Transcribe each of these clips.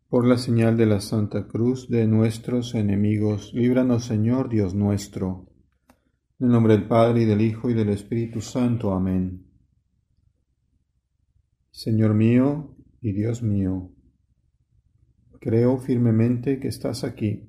Por la señal de la Santa Cruz de nuestros enemigos, líbranos, Señor Dios nuestro. En el nombre del Padre, y del Hijo, y del Espíritu Santo. Amén. Señor mío y Dios mío, creo firmemente que estás aquí,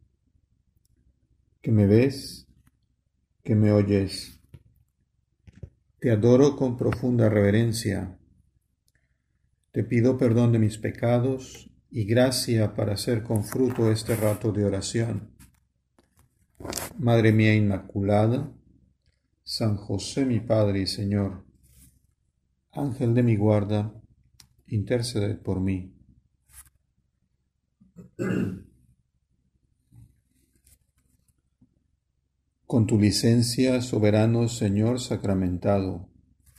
que me ves, que me oyes. Te adoro con profunda reverencia. Te pido perdón de mis pecados y gracia para hacer con fruto este rato de oración. Madre mía Inmaculada, San José mi Padre y Señor, Ángel de mi guarda, interceded por mí. Con tu licencia, soberano Señor sacramentado,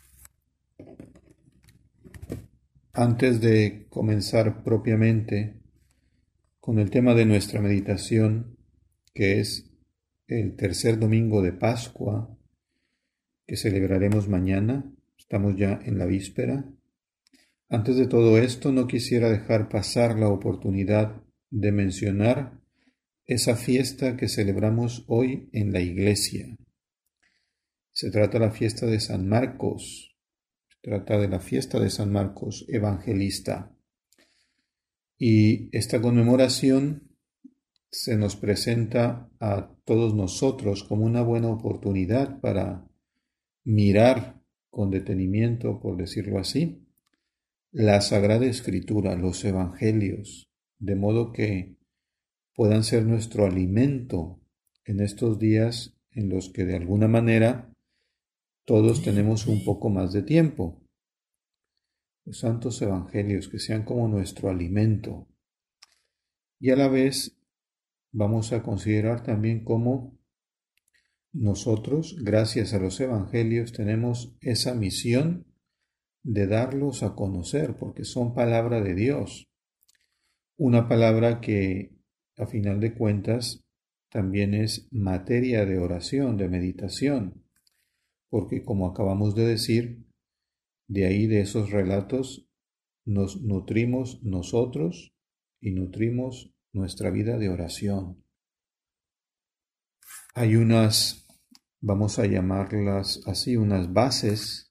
antes de comenzar propiamente con el tema de nuestra meditación, que es el tercer domingo de Pascua, que celebraremos mañana, estamos ya en la víspera. Antes de todo esto, no quisiera dejar pasar la oportunidad de mencionar esa fiesta que celebramos hoy en la iglesia. Se trata de la fiesta de San Marcos, se trata de la fiesta de San Marcos Evangelista. Y esta conmemoración se nos presenta a todos nosotros como una buena oportunidad para mirar con detenimiento, por decirlo así, la Sagrada Escritura, los Evangelios, de modo que puedan ser nuestro alimento en estos días en los que de alguna manera todos tenemos un poco más de tiempo. Los santos evangelios que sean como nuestro alimento. Y a la vez vamos a considerar también cómo nosotros, gracias a los evangelios, tenemos esa misión de darlos a conocer, porque son palabra de Dios. Una palabra que, a final de cuentas, también es materia de oración, de meditación, porque como acabamos de decir, de ahí de esos relatos nos nutrimos nosotros y nutrimos nuestra vida de oración. Hay vamos a llamarlas así, unas bases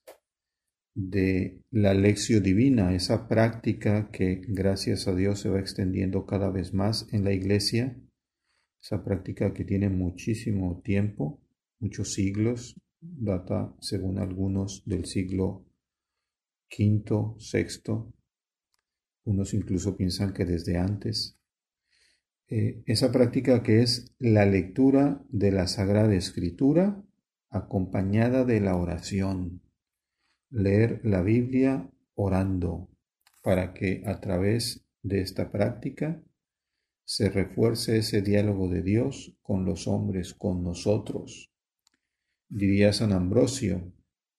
de la Lectio Divina, esa práctica que gracias a Dios se va extendiendo cada vez más en la Iglesia, esa práctica que tiene muchísimo tiempo, muchos siglos, data según algunos del siglo V, VI, unos incluso piensan que desde antes. Esa práctica que es la lectura de la Sagrada Escritura acompañada de la oración. Leer la Biblia orando, para que a través de esta práctica se refuerce ese diálogo de Dios con los hombres, con nosotros. Diría San Ambrosio,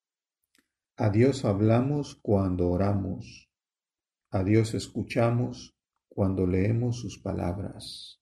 a Dios hablamos cuando oramos, a Dios escuchamos cuando leemos sus palabras.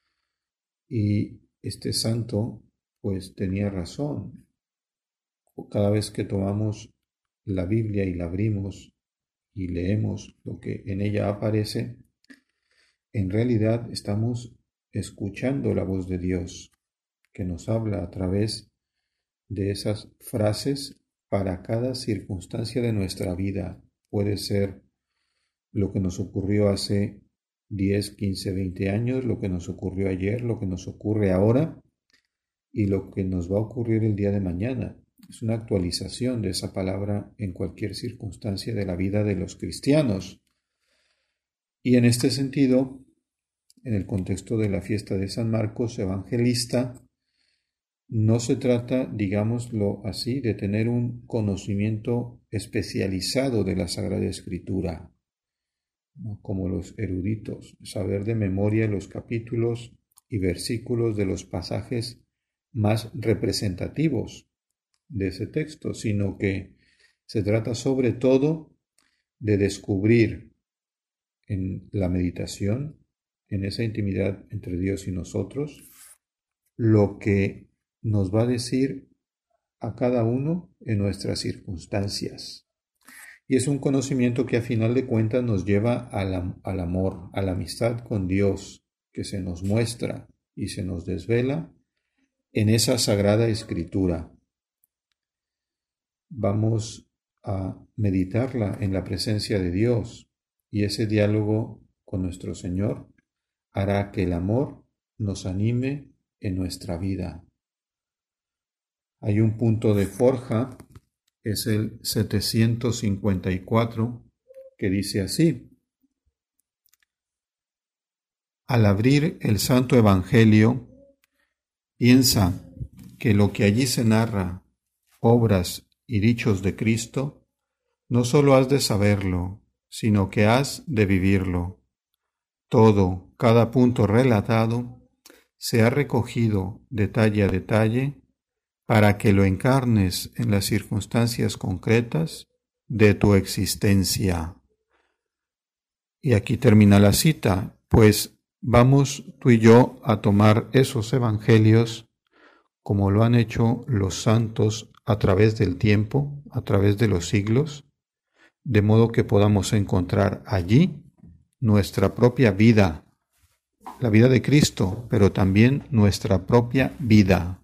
Y este santo pues tenía razón. Cada vez que tomamos la Biblia y la abrimos y leemos lo que en ella aparece, en realidad estamos escuchando la voz de Dios que nos habla a través de esas frases para cada circunstancia de nuestra vida. Puede ser lo que nos ocurrió hace 10, 15, 20 años, lo que nos ocurrió ayer, lo que nos ocurre ahora y lo que nos va a ocurrir el día de mañana. Es una actualización de esa palabra en cualquier circunstancia de la vida de los cristianos. Y en este sentido, en el contexto de la fiesta de San Marcos Evangelista, no se trata, digámoslo así, de tener un conocimiento especializado de la Sagrada Escritura, ¿no? Como los eruditos, saber de memoria los capítulos y versículos de los pasajes más representativos de ese texto, sino que se trata sobre todo de descubrir en la meditación, en esa intimidad entre Dios y nosotros, lo que nos va a decir a cada uno en nuestras circunstancias. Y es un conocimiento que a final de cuentas nos lleva al amor, a la amistad con Dios, que se nos muestra y se nos desvela en esa sagrada escritura. Vamos a meditarla en la presencia de Dios, y ese diálogo con nuestro Señor hará que el amor nos anime en nuestra vida. Hay un punto de forja, es el 754, que dice así: al abrir el Santo Evangelio, piensa que lo que allí se narra, obras y dichos de Cristo, no solo has de saberlo, sino que has de vivirlo. Todo, cada punto relatado, se ha recogido detalle a detalle para que lo encarnes en las circunstancias concretas de tu existencia. Y aquí termina la cita, pues vamos tú y yo a tomar esos evangelios como lo han hecho los santos a través del tiempo, a través de los siglos, de modo que podamos encontrar allí nuestra propia vida, la vida de Cristo, pero también nuestra propia vida.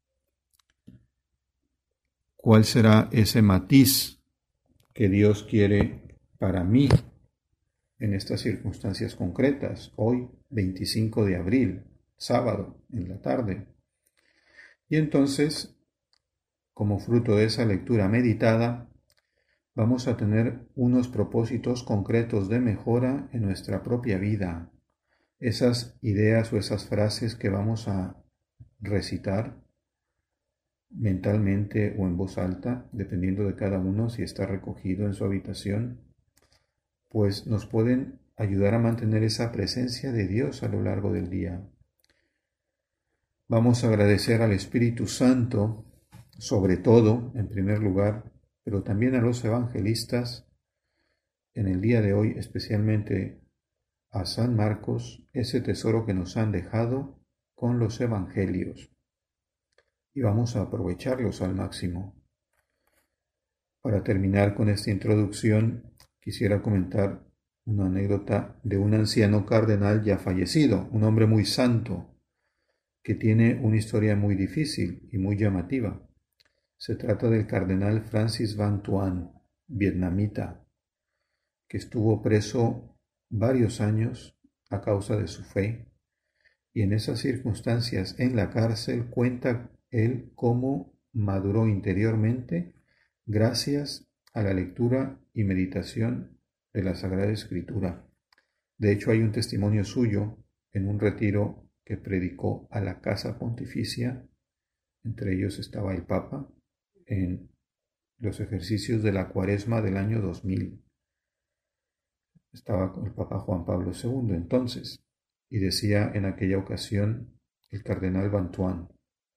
¿Cuál será ese matiz que Dios quiere para mí en estas circunstancias concretas? Hoy, 25 de abril, sábado, en la tarde. Y entonces, como fruto de esa lectura meditada, vamos a tener unos propósitos concretos de mejora en nuestra propia vida. Esas ideas o esas frases que vamos a recitar mentalmente o en voz alta, dependiendo de cada uno si está recogido en su habitación, pues nos pueden ayudar a mantener esa presencia de Dios a lo largo del día. Vamos a agradecer al Espíritu Santo, sobre todo, en primer lugar, pero también a los evangelistas, en el día de hoy, especialmente a San Marcos, ese tesoro que nos han dejado con los evangelios. Y vamos a aprovecharlos al máximo. Para terminar con esta introducción, quisiera comentar una anécdota de un anciano cardenal ya fallecido, un hombre muy santo, que tiene una historia muy difícil y muy llamativa. Se trata del cardenal Francis Van Thuan, vietnamita, que estuvo preso varios años a causa de su fe, y en esas circunstancias en la cárcel cuenta él cómo maduró interiormente gracias a la lectura y meditación de la Sagrada Escritura. De hecho, hay un testimonio suyo en un retiro que predicó a la Casa Pontificia, entre ellos estaba el Papa, en los ejercicios de la Cuaresma del año 2000. Estaba el Papa Juan Pablo II entonces, y decía en aquella ocasión el cardenal Van Thuan: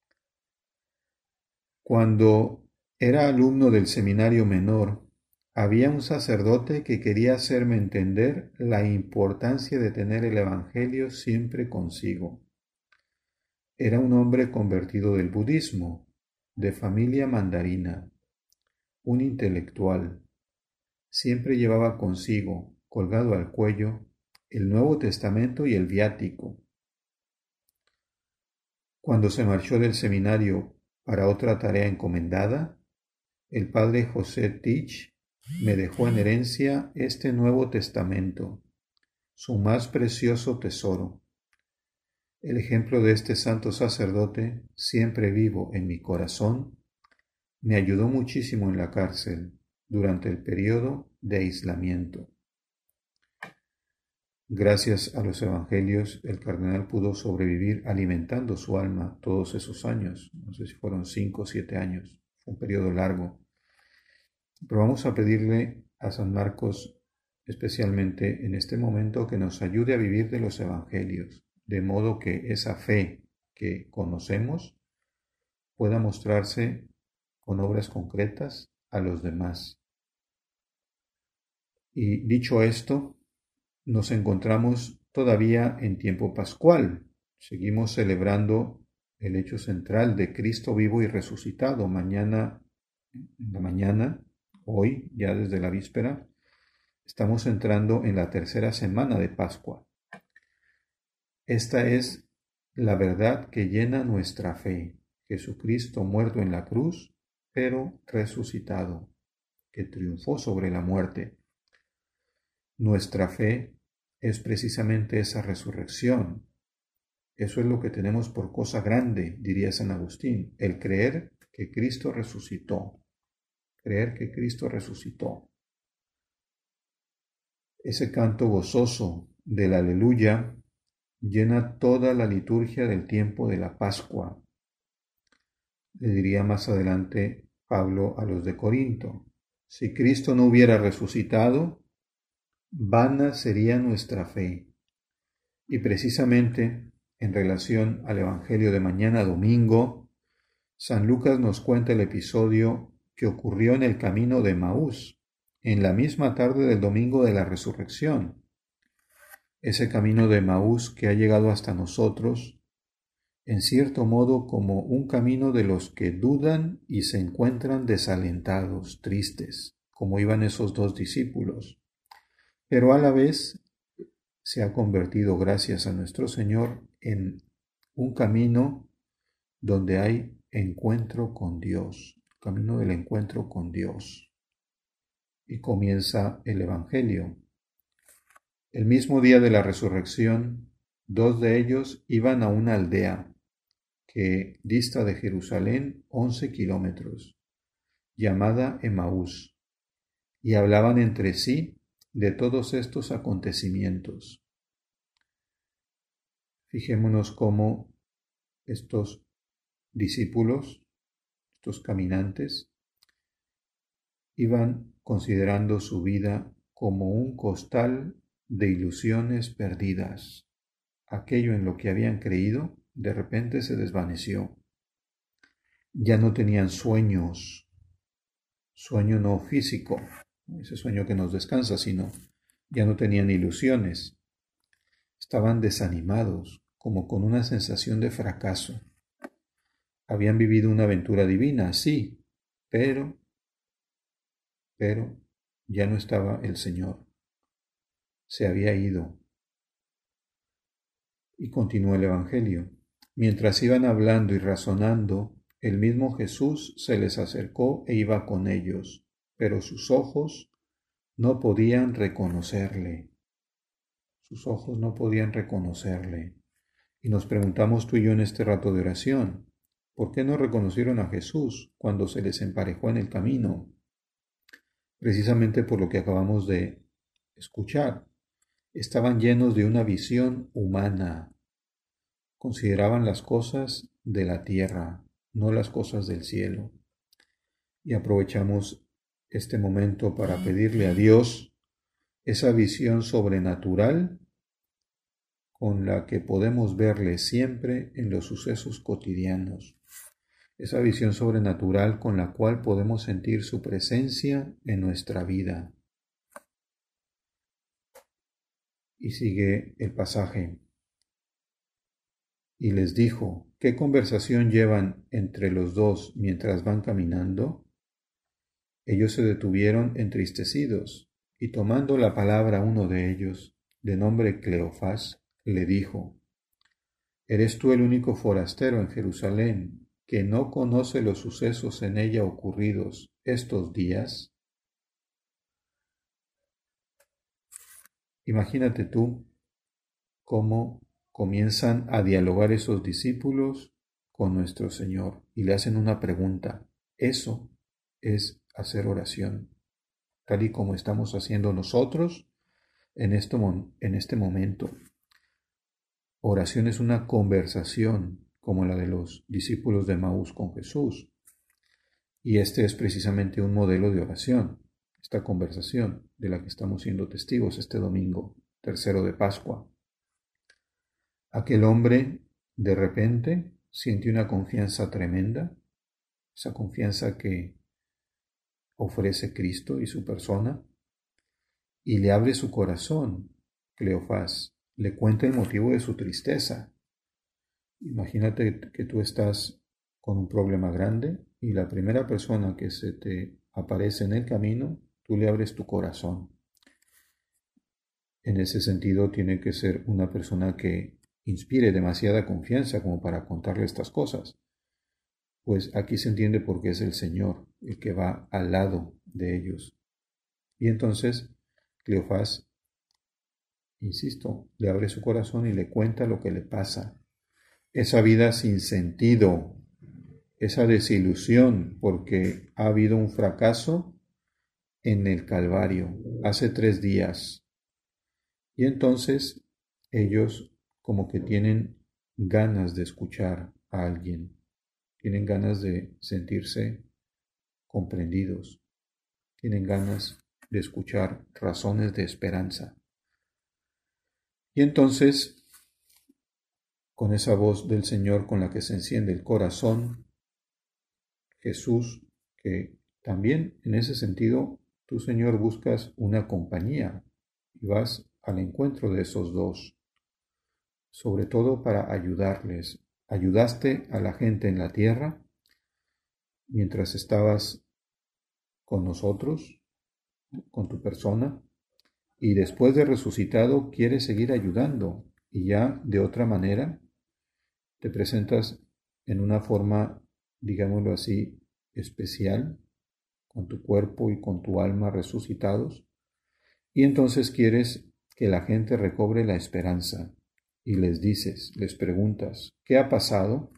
cuando era alumno del seminario menor, había un sacerdote que quería hacerme entender la importancia de tener el Evangelio siempre consigo. Era un hombre convertido del budismo, de familia mandarina, un intelectual. Siempre llevaba consigo, colgado al cuello, el Nuevo Testamento y el viático. Cuando se marchó del seminario para otra tarea encomendada, el padre José Tich me dejó en herencia este Nuevo Testamento, su más precioso tesoro. El ejemplo de este santo sacerdote, siempre vivo en mi corazón, me ayudó muchísimo en la cárcel durante el periodo de aislamiento. Gracias a los evangelios, el cardenal pudo sobrevivir alimentando su alma todos esos años. No sé si fueron 5 o 7 años. Fue un periodo largo. Pero vamos a pedirle a San Marcos, especialmente en este momento, que nos ayude a vivir de los evangelios, de modo que esa fe que conocemos pueda mostrarse con obras concretas a los demás. Y dicho esto, nos encontramos todavía en tiempo pascual. Seguimos celebrando el hecho central de Cristo vivo y resucitado. Mañana, en la mañana, hoy, ya desde la víspera, estamos entrando en la tercera semana de Pascua. Esta es la verdad que llena nuestra fe. Jesucristo muerto en la cruz, pero resucitado, que triunfó sobre la muerte. Nuestra fe es precisamente esa resurrección. Eso es lo que tenemos por cosa grande, diría San Agustín, el creer que Cristo resucitó. Creer que Cristo resucitó. Ese canto gozoso del aleluya llena toda la liturgia del tiempo de la Pascua. Le diría más adelante Pablo a los de Corinto: si Cristo no hubiera resucitado, vana sería nuestra fe. Y precisamente en relación al Evangelio de mañana domingo, San Lucas nos cuenta el episodio que ocurrió en el camino de Emaús, en la misma tarde del domingo de la resurrección. Ese camino de Emaús que ha llegado hasta nosotros, en cierto modo como un camino de los que dudan y se encuentran desalentados, tristes, como iban esos dos discípulos, pero a la vez se ha convertido, gracias a nuestro Señor, en un camino donde hay encuentro con Dios, camino del encuentro con Dios. Y comienza el Evangelio. El mismo día de la resurrección, dos de ellos iban a una aldea que dista de Jerusalén 11 kilómetros, llamada Emaús, y hablaban entre sí de todos estos acontecimientos. Fijémonos cómo estos discípulos, estos caminantes, iban considerando su vida como un costal de ilusiones perdidas. Aquello en lo que habían creído de repente se desvaneció. Ya no tenían sueños, sueño no físico, ese sueño que nos descansa, sino ya no tenían ilusiones. Estaban desanimados, como con una sensación de fracaso. Habían vivido una aventura divina, sí, pero ya no estaba el Señor. Se había ido. Y continuó el Evangelio. Mientras iban hablando y razonando, el mismo Jesús se les acercó e iba con ellos, pero sus ojos no podían reconocerle. Sus ojos no podían reconocerle. Y nos preguntamos tú y yo en este rato de oración, ¿por qué no reconocieron a Jesús cuando se les emparejó en el camino? Precisamente por lo que acabamos de escuchar. Estaban llenos de una visión humana. Consideraban las cosas de la tierra, no las cosas del cielo. Y aprovechamos este momento para pedirle a Dios esa visión sobrenatural con la que podemos verle siempre en los sucesos cotidianos. Esa visión sobrenatural con la cual podemos sentir su presencia en nuestra vida. Y sigue el pasaje. Y les dijo: ¿qué conversación llevan entre los dos mientras van caminando? Ellos se detuvieron entristecidos, y tomando la palabra uno de ellos, de nombre Cleofás, le dijo: ¿eres tú el único forastero en Jerusalén que no conoce los sucesos en ella ocurridos estos días? Imagínate tú cómo comienzan a dialogar esos discípulos con nuestro Señor y le hacen una pregunta. Eso es hacer oración, tal y como estamos haciendo nosotros en este momento. Oración es una conversación como la de los discípulos de Emaús con Jesús. Y este es precisamente un modelo de oración, esta conversación de la que estamos siendo testigos este domingo, tercero de Pascua. Aquel hombre de repente siente una confianza tremenda, esa confianza que ofrece Cristo y su persona, y le abre su corazón. Cleofás le cuenta el motivo de su tristeza. Imagínate que tú estás con un problema grande y la primera persona que se te aparece en el camino, tú le abres tu corazón. En ese sentido, tiene que ser una persona que inspire demasiada confianza como para contarle estas cosas. Pues aquí se entiende por qué es el Señor el que va al lado de ellos. Y entonces Cleofás, insisto, le abre su corazón y le cuenta lo que le pasa. Esa vida sin sentido, esa desilusión porque ha habido un fracaso en el Calvario hace 3 días. Y entonces ellos como que tienen ganas de escuchar a alguien, tienen ganas de sentirse comprendidos, tienen ganas de escuchar razones de esperanza. Y entonces, con esa voz del Señor con la que se enciende el corazón, Jesús, que también en ese sentido, tú, Señor, buscas una compañía y vas al encuentro de esos dos, sobre todo para ayudarles. Ayudaste a la gente en la tierra mientras estabas con nosotros, con tu persona, y después de resucitado quieres seguir ayudando y ya de otra manera te presentas en una forma, digámoslo así, especial, con tu cuerpo y con tu alma resucitados, y entonces quieres que la gente recobre la esperanza y les dices, les preguntas, ¿qué ha pasado?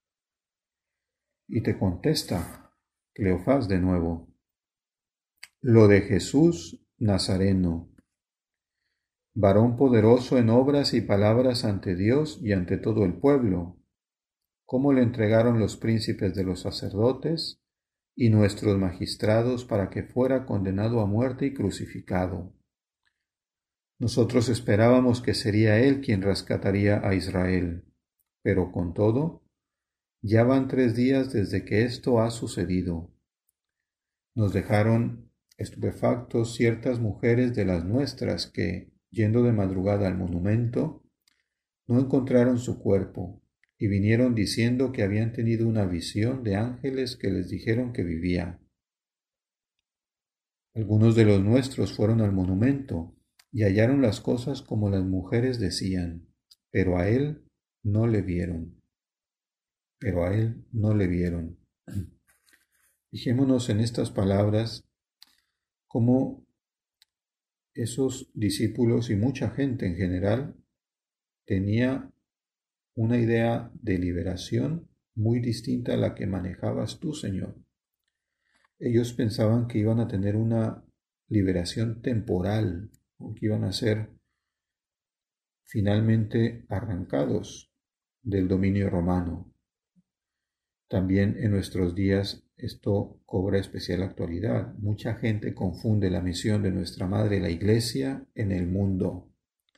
Y te contesta Cleofás de nuevo, lo de Jesús Nazareno, varón poderoso en obras y palabras ante Dios y ante todo el pueblo, cómo le entregaron los príncipes de los sacerdotes y nuestros magistrados para que fuera condenado a muerte y crucificado. Nosotros esperábamos que sería él quien rescataría a Israel, pero con todo, ya van 3 días desde que esto ha sucedido. Nos dejaron estupefactos ciertas mujeres de las nuestras que, yendo de madrugada al monumento, no encontraron su cuerpo y vinieron diciendo que habían tenido una visión de ángeles que les dijeron que vivía. Algunos de los nuestros fueron al monumento y hallaron las cosas como las mujeres decían, pero a él no le vieron. Pero a él no le vieron. Fijémonos en estas palabras cómo esos discípulos y mucha gente en general tenía una idea de liberación muy distinta a la que manejabas tú, Señor. Ellos pensaban que iban a tener una liberación temporal, o que iban a ser finalmente arrancados del dominio romano. También en nuestros días esto cobra especial actualidad. Mucha gente confunde la misión de nuestra Madre la Iglesia en el mundo.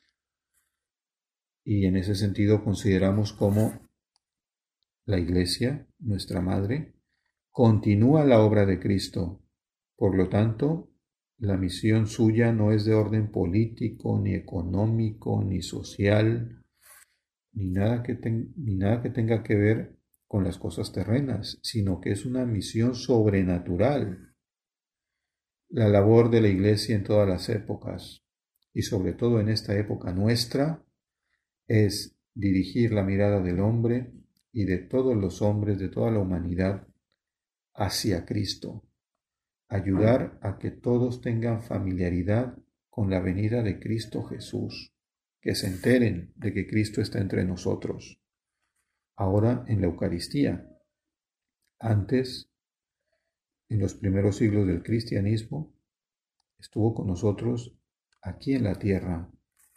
Y en ese sentido consideramos cómo la Iglesia, nuestra Madre, continúa la obra de Cristo. Por lo tanto, la misión suya no es de orden político, ni económico, ni social, ni nada que tenga que ver con las cosas terrenas, sino que es una misión sobrenatural. La labor de la Iglesia en todas las épocas, y sobre todo en esta época nuestra, es dirigir la mirada del hombre y de todos los hombres, de toda la humanidad, hacia Cristo. Ayudar a que todos tengan familiaridad con la venida de Cristo Jesús, que se enteren de que Cristo está entre nosotros. Ahora en la Eucaristía. Antes, en los primeros siglos del cristianismo, estuvo con nosotros aquí en la tierra.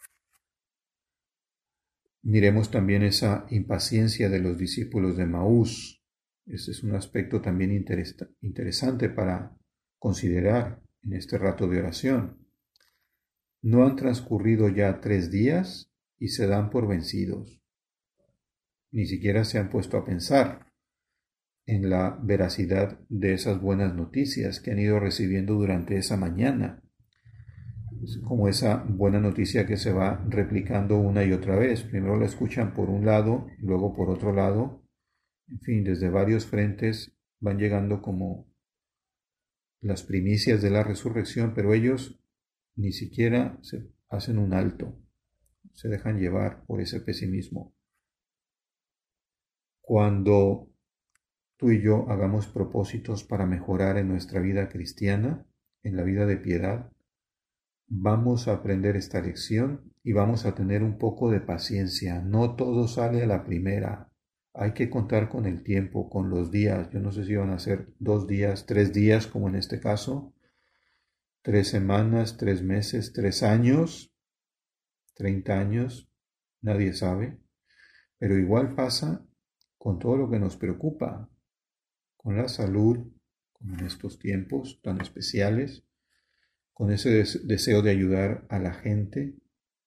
Miremos también esa impaciencia de los discípulos de Maús. Ese es un aspecto también interesante para considerar en este rato de oración. No han transcurrido ya 3 días y se dan por vencidos. Ni siquiera se han puesto a pensar en la veracidad de esas buenas noticias que han ido recibiendo durante esa mañana. Es como esa buena noticia que se va replicando una y otra vez. Primero la escuchan por un lado, luego por otro lado. En fin, desde varios frentes van llegando como las primicias de la resurrección, pero ellos ni siquiera se hacen un alto, se dejan llevar por ese pesimismo. Cuando tú y yo hagamos propósitos para mejorar en nuestra vida cristiana, en la vida de piedad, vamos a aprender esta lección y vamos a tener un poco de paciencia. No todo sale a la primera. Hay que contar con el tiempo, con los días. Yo no sé si van a ser 2 días, 3 días, como en este caso, 3 semanas, 3 meses, 3 años, 30 años, nadie sabe. Pero igual pasa con todo lo que nos preocupa, con la salud, como en estos tiempos tan especiales, con ese deseo de ayudar a la gente,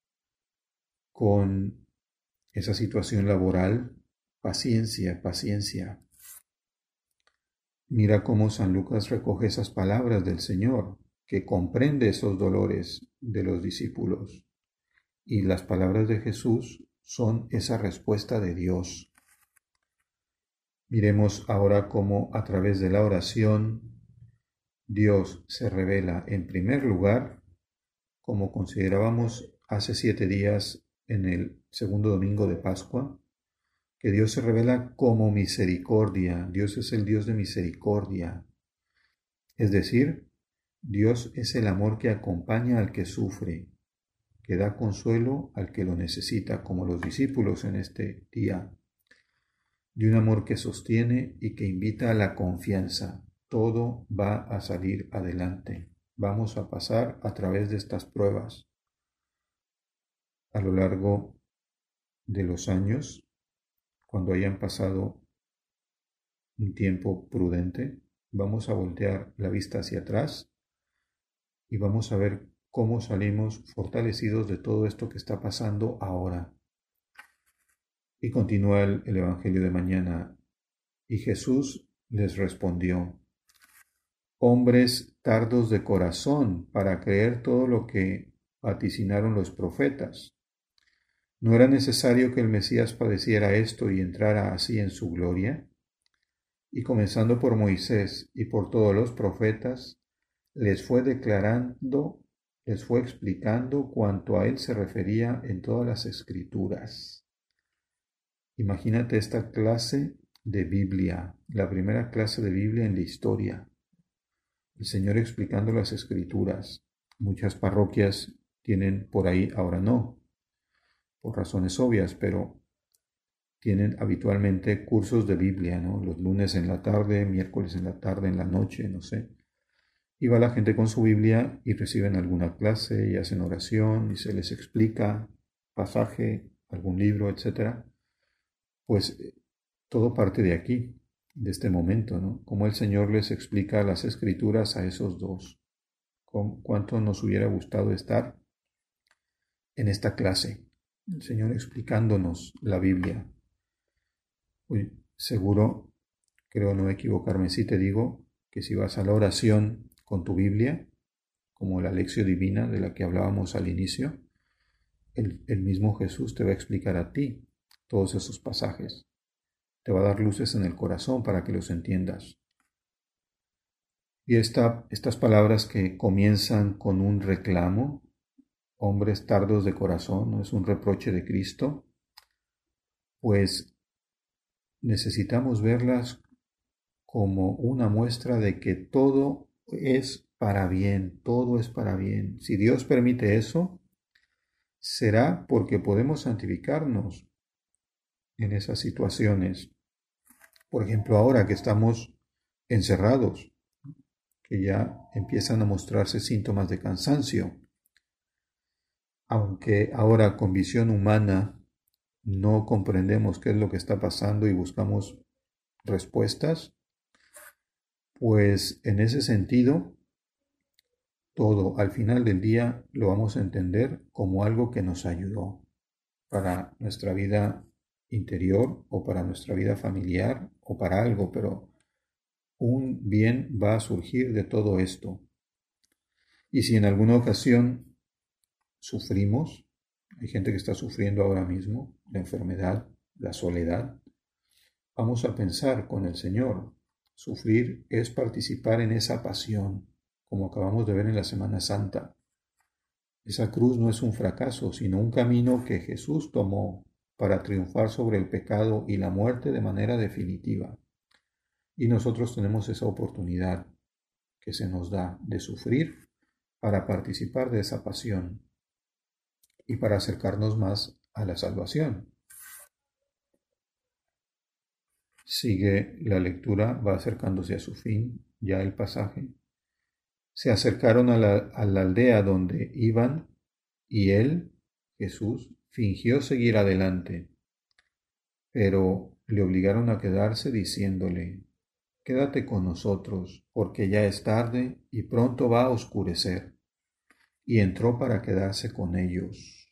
con esa situación laboral. Paciencia, paciencia. Mira cómo San Lucas recoge esas palabras del Señor, que comprende esos dolores de los discípulos. Y las palabras de Jesús son esa respuesta de Dios. Miremos ahora cómo a través de la oración Dios se revela en primer lugar, como considerábamos hace 7 días en el segundo domingo de Pascua, que Dios se revela como misericordia. Dios es el Dios de misericordia. Es decir, Dios es el amor que acompaña al que sufre, que da consuelo al que lo necesita, como los discípulos en este día. De un amor que sostiene y que invita a la confianza. Todo va a salir adelante. Vamos a pasar a través de estas pruebas. A lo largo de los años, cuando hayan pasado un tiempo prudente, vamos a voltear la vista hacia atrás y vamos a ver cómo salimos fortalecidos de todo esto que está pasando ahora. Y continúa el Evangelio de mañana. Y Jesús les respondió: hombres tardos de corazón para creer todo lo que vaticinaron los profetas. ¿No era necesario que el Mesías padeciera esto y entrara así en su gloria? Y comenzando por Moisés y por todos los profetas, les fue declarando, les fue explicando cuanto a él se refería en todas las escrituras. Imagínate esta clase de Biblia, la primera clase de Biblia en la historia. El Señor explicando las escrituras. Muchas parroquias tienen por ahí, ahora no, por razones obvias, pero tienen habitualmente cursos de Biblia, ¿no? Los lunes en la tarde, miércoles en la tarde, en la noche, no sé. Y va la gente con su Biblia y reciben alguna clase y hacen oración y se les explica pasaje, algún libro, etc. Pues todo parte de aquí, de este momento, ¿no? Cómo el Señor les explica las Escrituras a esos dos. Cuánto nos hubiera gustado estar en esta clase, el Señor explicándonos la Biblia. Seguro, creo no equivocarme si te digo que si vas a la oración con tu Biblia, como la lección divina de la que hablábamos al inicio, el mismo Jesús te va a explicar a ti todos esos pasajes. Te va a dar luces en el corazón para que los entiendas. Y estas palabras que comienzan con un reclamo, hombres tardos de corazón, no es un reproche de Cristo, pues necesitamos verlas como una muestra de que todo es para bien, todo es para bien. Si Dios permite eso, será porque podemos santificarnos en esas situaciones. Por ejemplo, ahora que estamos encerrados, que ya empiezan a mostrarse síntomas de cansancio, aunque ahora con visión humana no comprendemos qué es lo que está pasando y buscamos respuestas, pues en ese sentido, todo al final del día lo vamos a entender como algo que nos ayudó para nuestra vida interior o para nuestra vida familiar o para algo, pero un bien va a surgir de todo esto. Y si en alguna ocasión sufrimos, hay gente que está sufriendo ahora mismo la enfermedad, la soledad, vamos a pensar con el Señor Sufrir es participar en esa pasión, como acabamos de ver en la Semana Santa. Esa cruz no es un fracaso, sino un camino que Jesús tomó para triunfar sobre el pecado y la muerte de manera definitiva. Y nosotros tenemos esa oportunidad que se nos da de sufrir para participar de esa pasión y para acercarnos más a la salvación. Sigue la lectura, va acercándose a su fin, ya el pasaje. Se acercaron a la aldea donde iban y él, Jesús, fingió seguir adelante, pero le obligaron a quedarse diciéndole: Quédate con nosotros, porque ya es tarde y pronto va a oscurecer. Y entró para quedarse con ellos.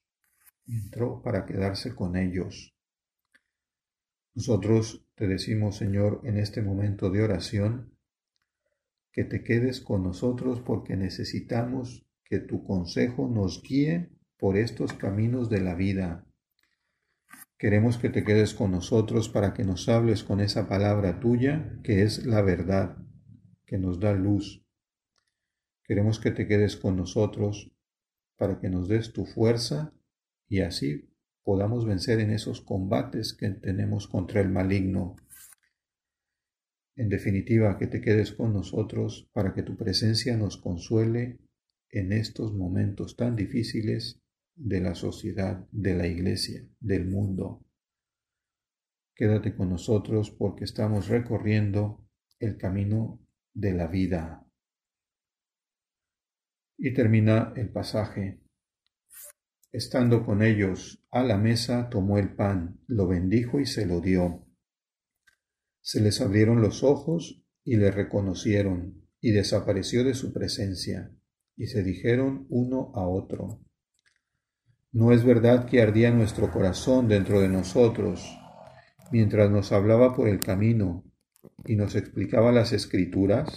Nosotros te decimos, Señor, en este momento de oración, que te quedes con nosotros porque necesitamos que tu consejo nos guíe por estos caminos de la vida. Queremos que te quedes con nosotros para que nos hables con esa palabra tuya que es la verdad, que nos da luz. Queremos que te quedes con nosotros para que nos des tu fuerza y así podamos vencer en esos combates que tenemos contra el maligno. En definitiva, que te quedes con nosotros para que tu presencia nos consuele en estos momentos tan difíciles de la sociedad, de la iglesia, del mundo. Quédate con nosotros porque estamos recorriendo el camino de la vida. Y termina el pasaje. Estando con ellos a la mesa, tomó el pan, lo bendijo y se lo dio. Se les abrieron los ojos y le reconocieron, y desapareció de su presencia, y se dijeron uno a otro: ¿No es verdad que ardía nuestro corazón dentro de nosotros, mientras nos hablaba por el camino y nos explicaba las Escrituras?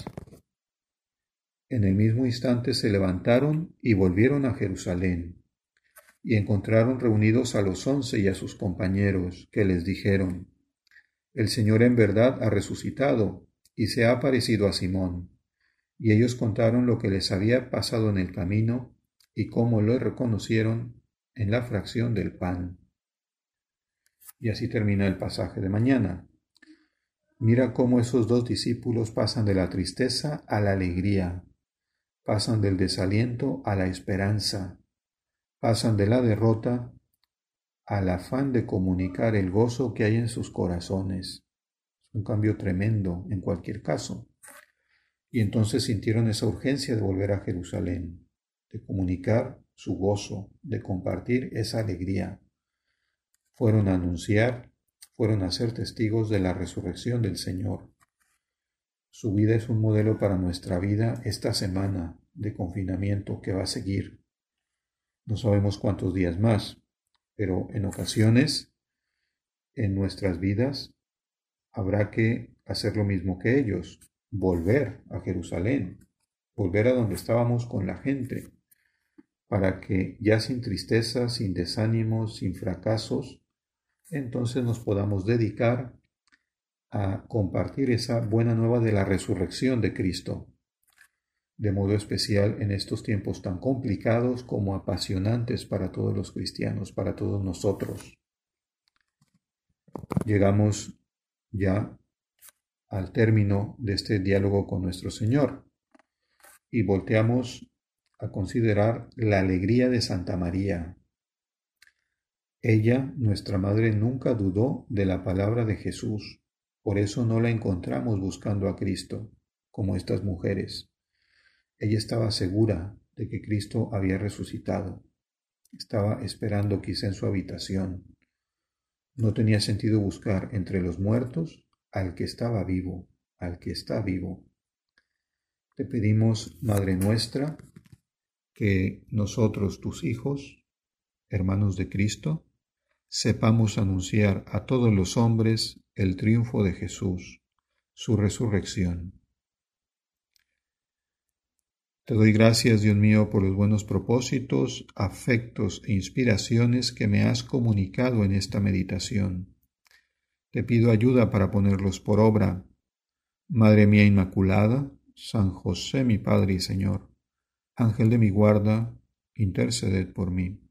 En el mismo instante se levantaron y volvieron a Jerusalén, y encontraron reunidos a los 11 y a sus compañeros, que les dijeron: El Señor en verdad ha resucitado y se ha aparecido a Simón. Y ellos contaron lo que les había pasado en el camino y cómo lo reconocieron en la fracción del pan. Y así termina el pasaje de mañana. Mira cómo esos dos discípulos pasan de la tristeza a la alegría, pasan del desaliento a la esperanza, pasan de la derrota al afán de comunicar el gozo que hay en sus corazones. Es un cambio tremendo en cualquier caso. Y entonces sintieron esa urgencia de volver a Jerusalén, de comunicar su gozo, de compartir esa alegría. Fueron a anunciar, fueron a ser testigos de la resurrección del Señor. Su vida es un modelo para nuestra vida esta semana de confinamiento que va a seguir. No sabemos cuántos días más, pero en ocasiones en nuestras vidas habrá que hacer lo mismo que ellos, volver a Jerusalén, volver a donde estábamos con la gente, para que ya sin tristeza, sin desánimos, sin fracasos, entonces nos podamos dedicar a compartir esa buena nueva de la resurrección de Cristo, de modo especial en estos tiempos tan complicados como apasionantes para todos los cristianos, para todos nosotros. Llegamos ya al término de este diálogo con nuestro Señor y volteamos a considerar la alegría de Santa María. Ella, nuestra Madre, nunca dudó de la palabra de Jesús, por eso no la encontramos buscando a Cristo, como estas mujeres. Ella estaba segura de que Cristo había resucitado. Estaba esperando quizá en su habitación. No tenía sentido buscar entre los muertos al que estaba vivo, al que está vivo. Te pedimos, Madre nuestra, que nosotros, tus hijos, hermanos de Cristo, sepamos anunciar a todos los hombres el triunfo de Jesús, su resurrección. Te doy gracias, Dios mío, por los buenos propósitos, afectos e inspiraciones que me has comunicado en esta meditación. Te pido ayuda para ponerlos por obra. Madre mía Inmaculada, San José mi Padre y Señor, Ángel de mi guarda, interceded por mí.